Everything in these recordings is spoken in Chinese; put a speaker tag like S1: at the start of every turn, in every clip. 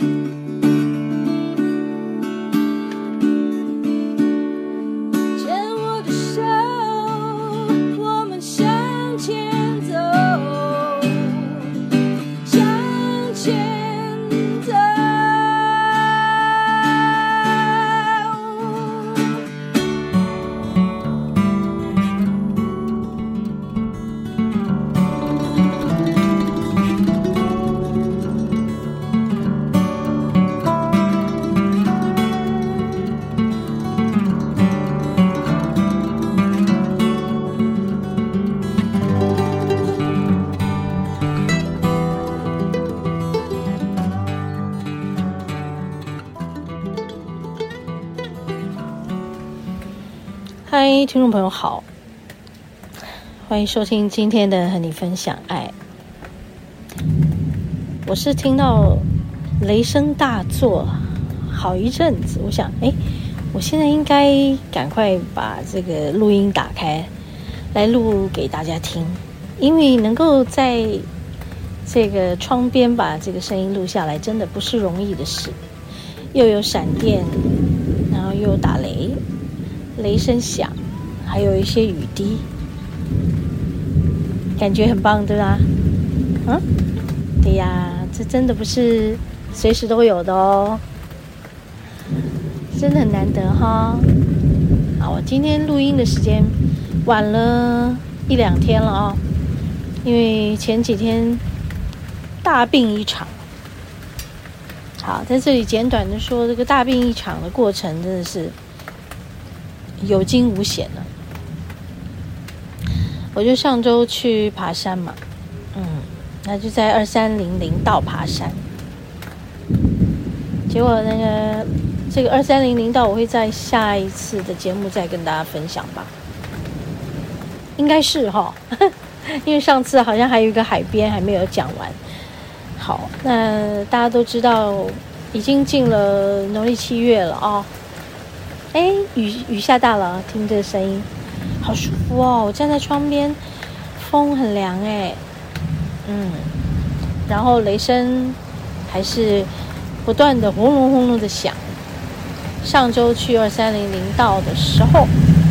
S1: 嗨，听众朋友好，欢迎收听今天的和你分享爱。我是听到雷声大作好一阵子，我想我现在应该赶快把这个录音打开来录给大家听，因为能够在这个窗边把这个声音录下来真的不是容易的事，又有闪电，然后又有打雷，雷声响，还有一些雨滴，感觉很棒，对吧？对呀，这真的不是随时都有的哦，真的很难得哈。好，我今天录音的时间晚了1-2天了哦，因为前几天大病一场。好，在这里简短的说，这个大病一场的过程真的是有惊无险了。我就上周去爬山嘛，那就在2300道爬山，结果这个2300道我会在下一次的节目再跟大家分享吧，应该是因为上次好像还有一个海边还没有讲完。好，那大家都知道已经进了农历7月了哦。雨下大了，听这个声音好舒服哦。我站在窗边，风很凉然后雷声还是不断的轰隆轰隆的响。上周去2300道的时候，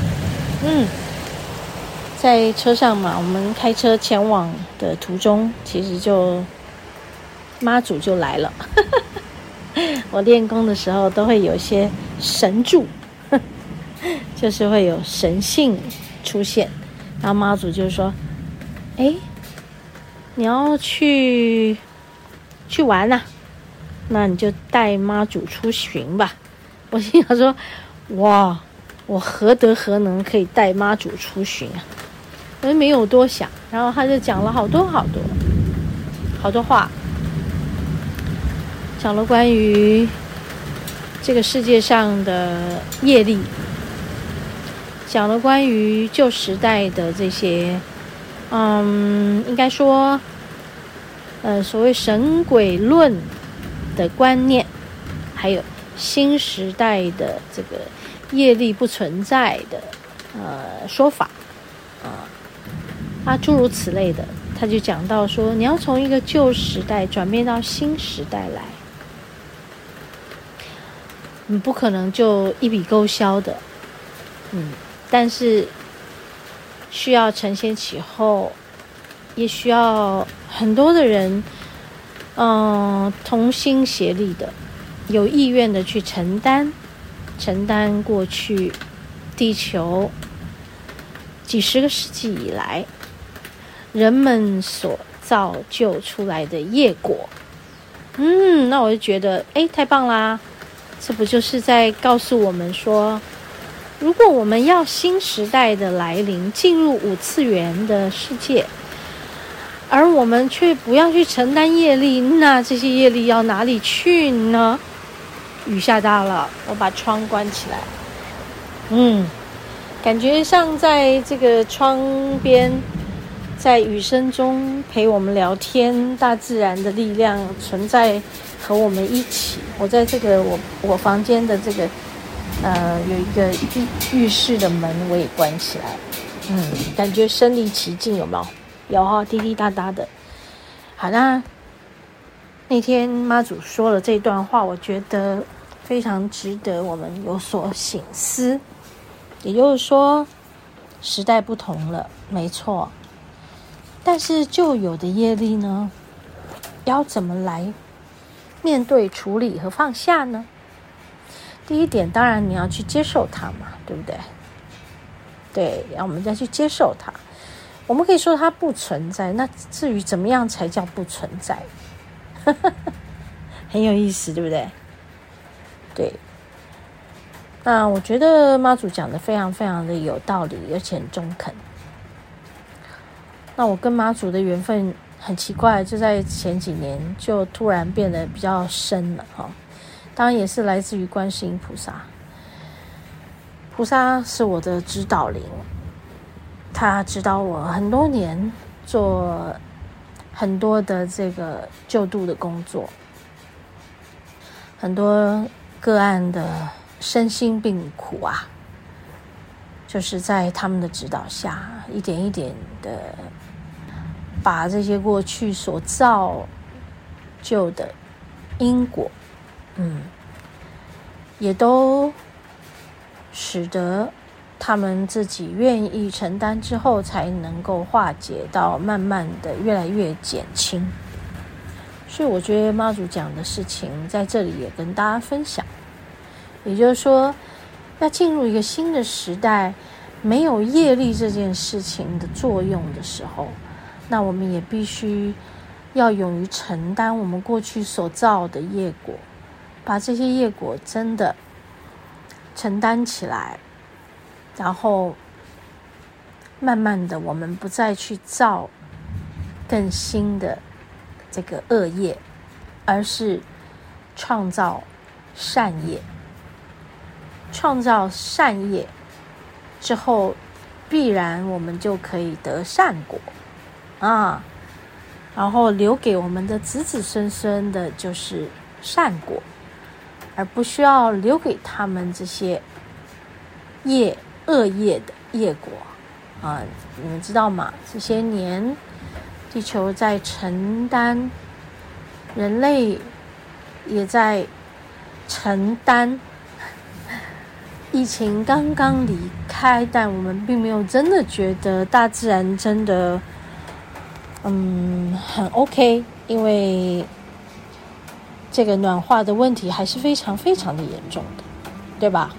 S1: 在车上嘛，我们开车前往的途中，其实就妈祖就来了。我练功的时候都会有一些神助，就是会有神性出现，然后妈祖就说你要去玩啊，那你就带妈祖出巡吧。我心想说，哇，我何德何能可以带妈祖出巡啊？我没有多想，然后他就讲了好多话，讲了关于这个世界上的业力，讲了关于旧时代的这些应该说所谓神鬼论的观念，还有新时代的这个业力不存在的说法诸如此类的。他就讲到说，你要从一个旧时代转变到新时代来，你不可能就一笔勾销的，但是需要承先启后，也需要很多的人同心协力的，有意愿的去承担过去地球几十个世纪以来人们所造就出来的业果。那我就觉得太棒啦，这不就是在告诉我们说，如果我们要新时代的来临，进入5次元的世界，而我们却不要去承担业力，那这些业力要哪里去呢？雨下大了，我把窗关起来，感觉像在这个窗边，在雨声中陪我们聊天，大自然的力量存在和我们一起。我在这个我房间的这个有一个浴室的门我也关起来，感觉身临其境，有没有？有滴滴答答的。好，那那天妈祖说了这段话，我觉得非常值得我们有所省思。也就是说，时代不同了，没错。但是旧有的业力呢，要怎么来面对、处理和放下呢？第一点，当然你要去接受它嘛，对不对？对，让我们再去接受它。我们可以说它不存在，那至于怎么样才叫不存在，很有意思，对不对？对。那我觉得妈祖讲的非常非常的有道理，而且很中肯。那我跟妈祖的缘分很奇怪，就在前几年就突然变得比较深了哈。当然也是来自于观世音菩萨，菩萨是我的指导灵，他指导我很多年，做很多的这个救度的工作，很多个案的身心病苦啊，就是在他们的指导下，一点一点的把这些过去所造就的因果，也都使得他们自己愿意承担之后，才能够化解到慢慢的越来越减轻。所以我觉得妈祖讲的事情在这里也跟大家分享，也就是说，要进入一个新的时代，没有业力这件事情的作用的时候，那我们也必须要勇于承担我们过去所造的业果，把这些业果真的承担起来，然后慢慢的我们不再去造更新的这个恶业，而是创造善业。创造善业之后，必然我们就可以得善果啊，然后留给我们的子子孙孙的就是善果，而不需要留给他们这些恶业的业果啊。你们知道吗？这些年地球在承担，人类也在承担。疫情刚刚离开，但我们并没有真的觉得大自然真的很 OK， 因为这个暖化的问题还是非常非常的严重的，对吧？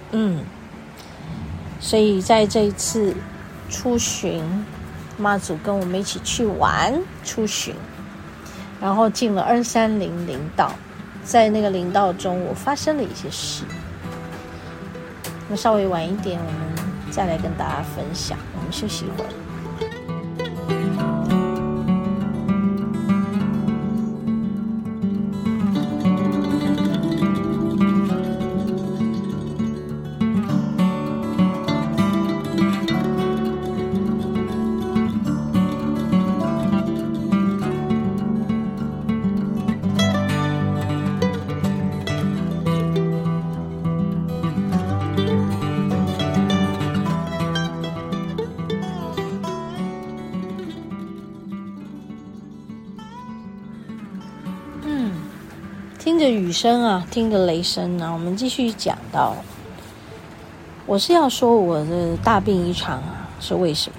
S1: 所以在这一次出巡，妈祖跟我们一起去玩出巡，然后进了230林道，在那个林道中我发生了一些事，那稍微晚一点我们再来跟大家分享。我们休息一会儿。听着雨声啊，听着雷声啊，我们继续讲到，我是要说我的大病一场啊，是为什么？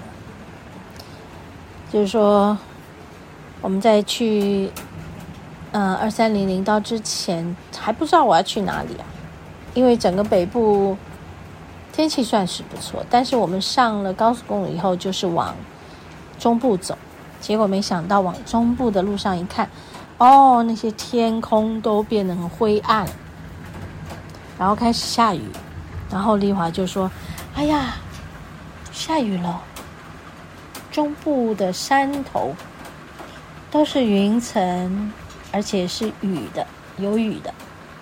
S1: 就是说，我们在去2300林道之前，还不知道我要去哪里啊，因为整个北部天气算是不错，但是我们上了高速公路以后，就是往中部走，结果没想到往中部的路上一看，那些天空都变得很灰暗，然后开始下雨，然后丽华就说：“哎呀，下雨了！中部的山头都是云层，而且是雨的，有雨的。”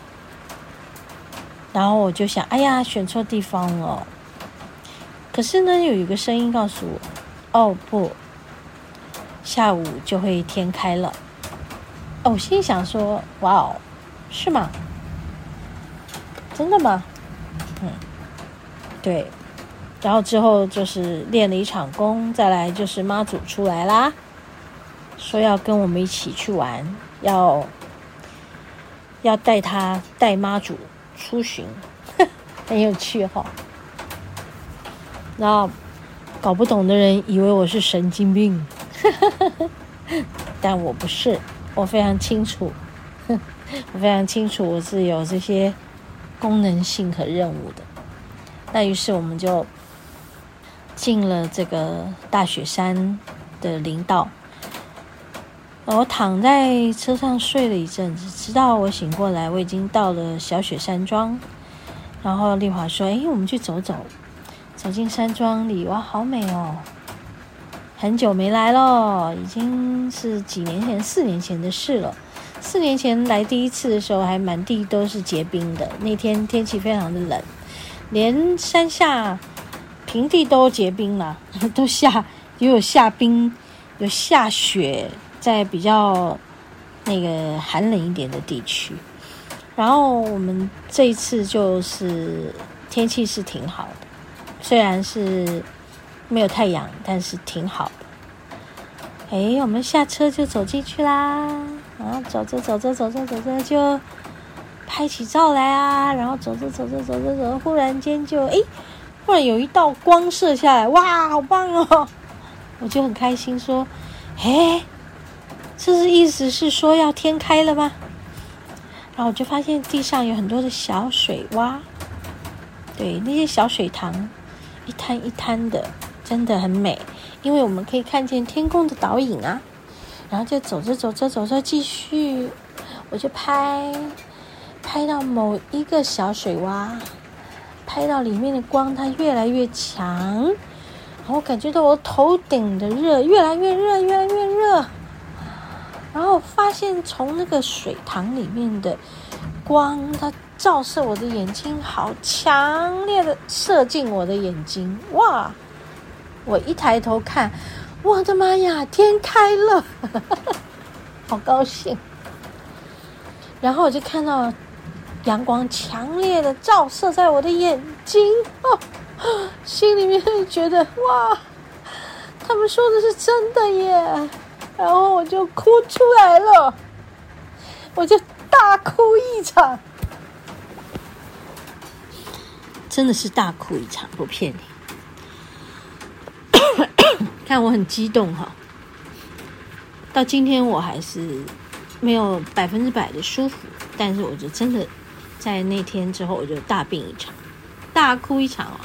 S1: 然后我就想：“哎呀，选错地方了。”可是呢，有一个声音告诉我：“哦，不，下午就会天开了。”我心里想说：“哇哦，是吗？真的吗？”对。然后之后就是练了一场功，再来就是妈祖出来啦，说要跟我们一起去玩，要要带妈祖出巡，很有趣哈。然后搞不懂的人以为我是神经病，但我不是，我非常清楚，我是有这些功能性和任务的。那于是我们就进了这个大雪山的林道，我躺在车上睡了一阵子，直到我醒过来，我已经到了小雪山庄。然后丽华说：“我们去走走。”走进山庄里，哇，好美哦！很久没来了，已经是4年前的事了。4年前来第一次的时候，还满地都是结冰的。那天天气非常的冷，连山下平地都结冰了，也有下冰，有下雪，在比较那个寒冷一点的地区。然后我们这一次就是天气是挺好的，虽然是没有太阳，但是挺好的。我们下车就走进去啦，然后走着就拍起照来啊，然后走着，忽然间就忽然有一道光射下来，哇，好棒哦！我就很开心说，这是意思是说要天开了吗？然后我就发现地上有很多的小水洼，对，那些小水塘一滩一滩的，真的很美，因为我们可以看见天空的倒影啊。然后就走着继续，我就拍到某一个小水洼，拍到里面的光它越来越强，然后感觉到我头顶的热越来越热，然后发现从那个水塘里面的光，它照射我的眼睛，好强烈的射进我的眼睛，哇！我一抬头看，我的妈呀，天开了，好高兴。然后我就看到阳光强烈的照射在我的眼睛，心里面觉得哇，他们说的是真的耶。然后我就哭出来了，我就大哭一场，真的是大哭一场，不骗你。看我很激动哈，到今天我还是没有100%的舒服，但是我就真的在那天之后我就大病一场，大哭一场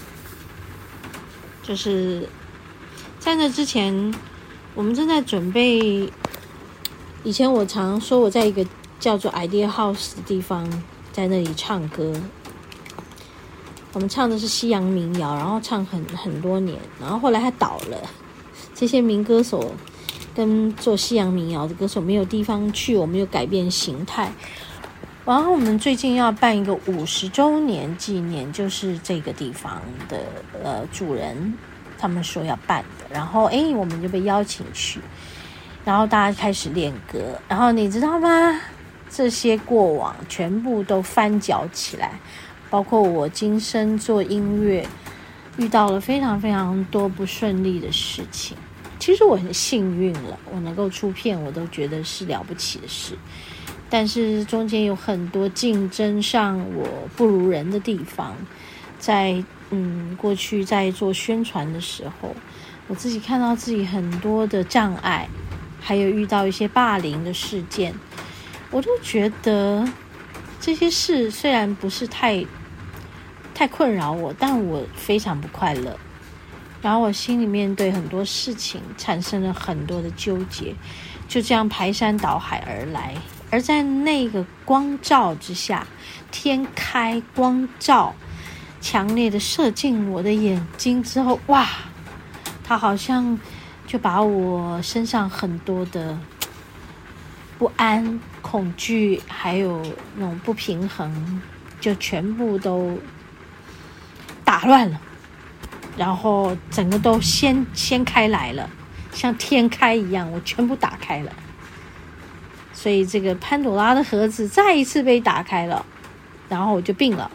S1: 就是在那之前我们正在准备，以前我常说我在一个叫做 Idea House 的地方在那里唱歌，我们唱的是西洋民谣，然后唱很多年，然后后来他倒了，这些民歌手跟做西洋民谣的歌手没有地方去，我们又改变形态。然后我们最近要办一个50周年纪念，就是这个地方的主人他们说要办的，然后我们就被邀请去，然后大家开始练歌，然后你知道吗？这些过往全部都翻搅起来，包括我今生做音乐遇到了非常非常多不顺利的事情。其实我很幸运了，我能够出片，我都觉得是了不起的事。但是中间有很多竞争上我不如人的地方，在过去在做宣传的时候，我自己看到自己很多的障碍，还有遇到一些霸凌的事件，我都觉得这些事虽然不是太困扰我，但我非常不快乐。然后我心里面对很多事情产生了很多的纠结，就这样排山倒海而来。而在那个光照之下，天开光照强烈的射进我的眼睛之后，哇，它好像就把我身上很多的不安、恐惧还有那种不平衡就全部都打乱了，然后整个都掀开来了，像天开一样，我全部打开了。所以这个潘朵拉的盒子再一次被打开了，然后我就病了。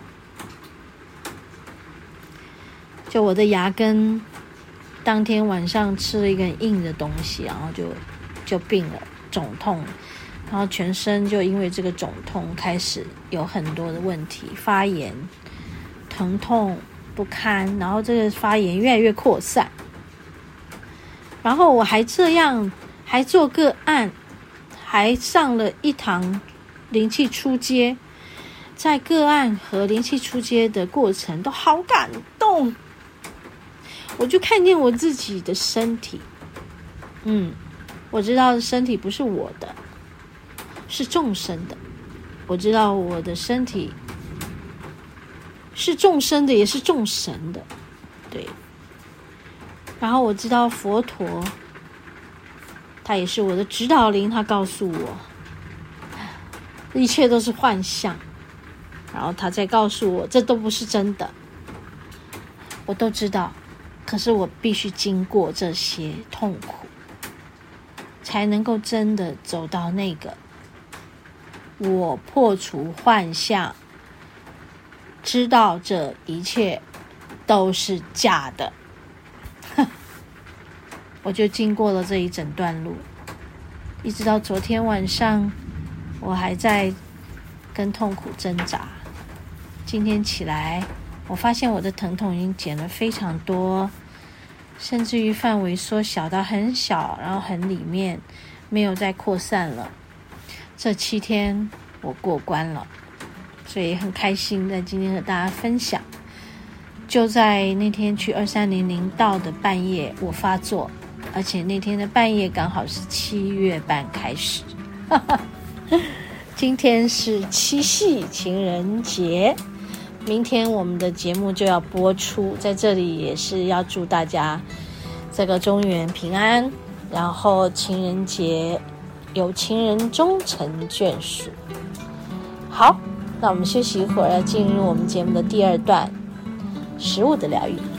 S1: 就我的牙根当天晚上吃了一个很硬的东西，然后就病了，肿痛， 然后全身就因为这个肿痛开始有很多的问题，发炎、疼痛不堪，然后这个发炎越来越扩散。然后我还这样，还做个案，还上了一堂灵气初阶，在个案和灵气初阶的过程都好感动。我就看见我自己的身体，我知道身体不是我的，是众生的。我知道我的身体是众生的，也是众神的，对。然后我知道佛陀，他也是我的指导灵，他告诉我，一切都是幻象。然后他再告诉我，这都不是真的。我都知道，可是我必须经过这些痛苦，才能够真的走到那个我破除幻象，知道这一切都是假的。我就经过了这一整段路，一直到昨天晚上，我还在跟痛苦挣扎。今天起来，我发现我的疼痛已经减了非常多，甚至于范围缩小到很小，然后很里面，没有再扩散了。这7天我过关了，所以很开心在今天和大家分享。就在那天去2300道的半夜，我发作。而且那天的半夜刚好是7月半开始，今天是7夕情人节，明天我们的节目就要播出，在这里也是要祝大家这个中元平安，然后情人节有情人终成眷属。好，那我们休息一会儿，要进入我们节目的第2段，食物的疗愈。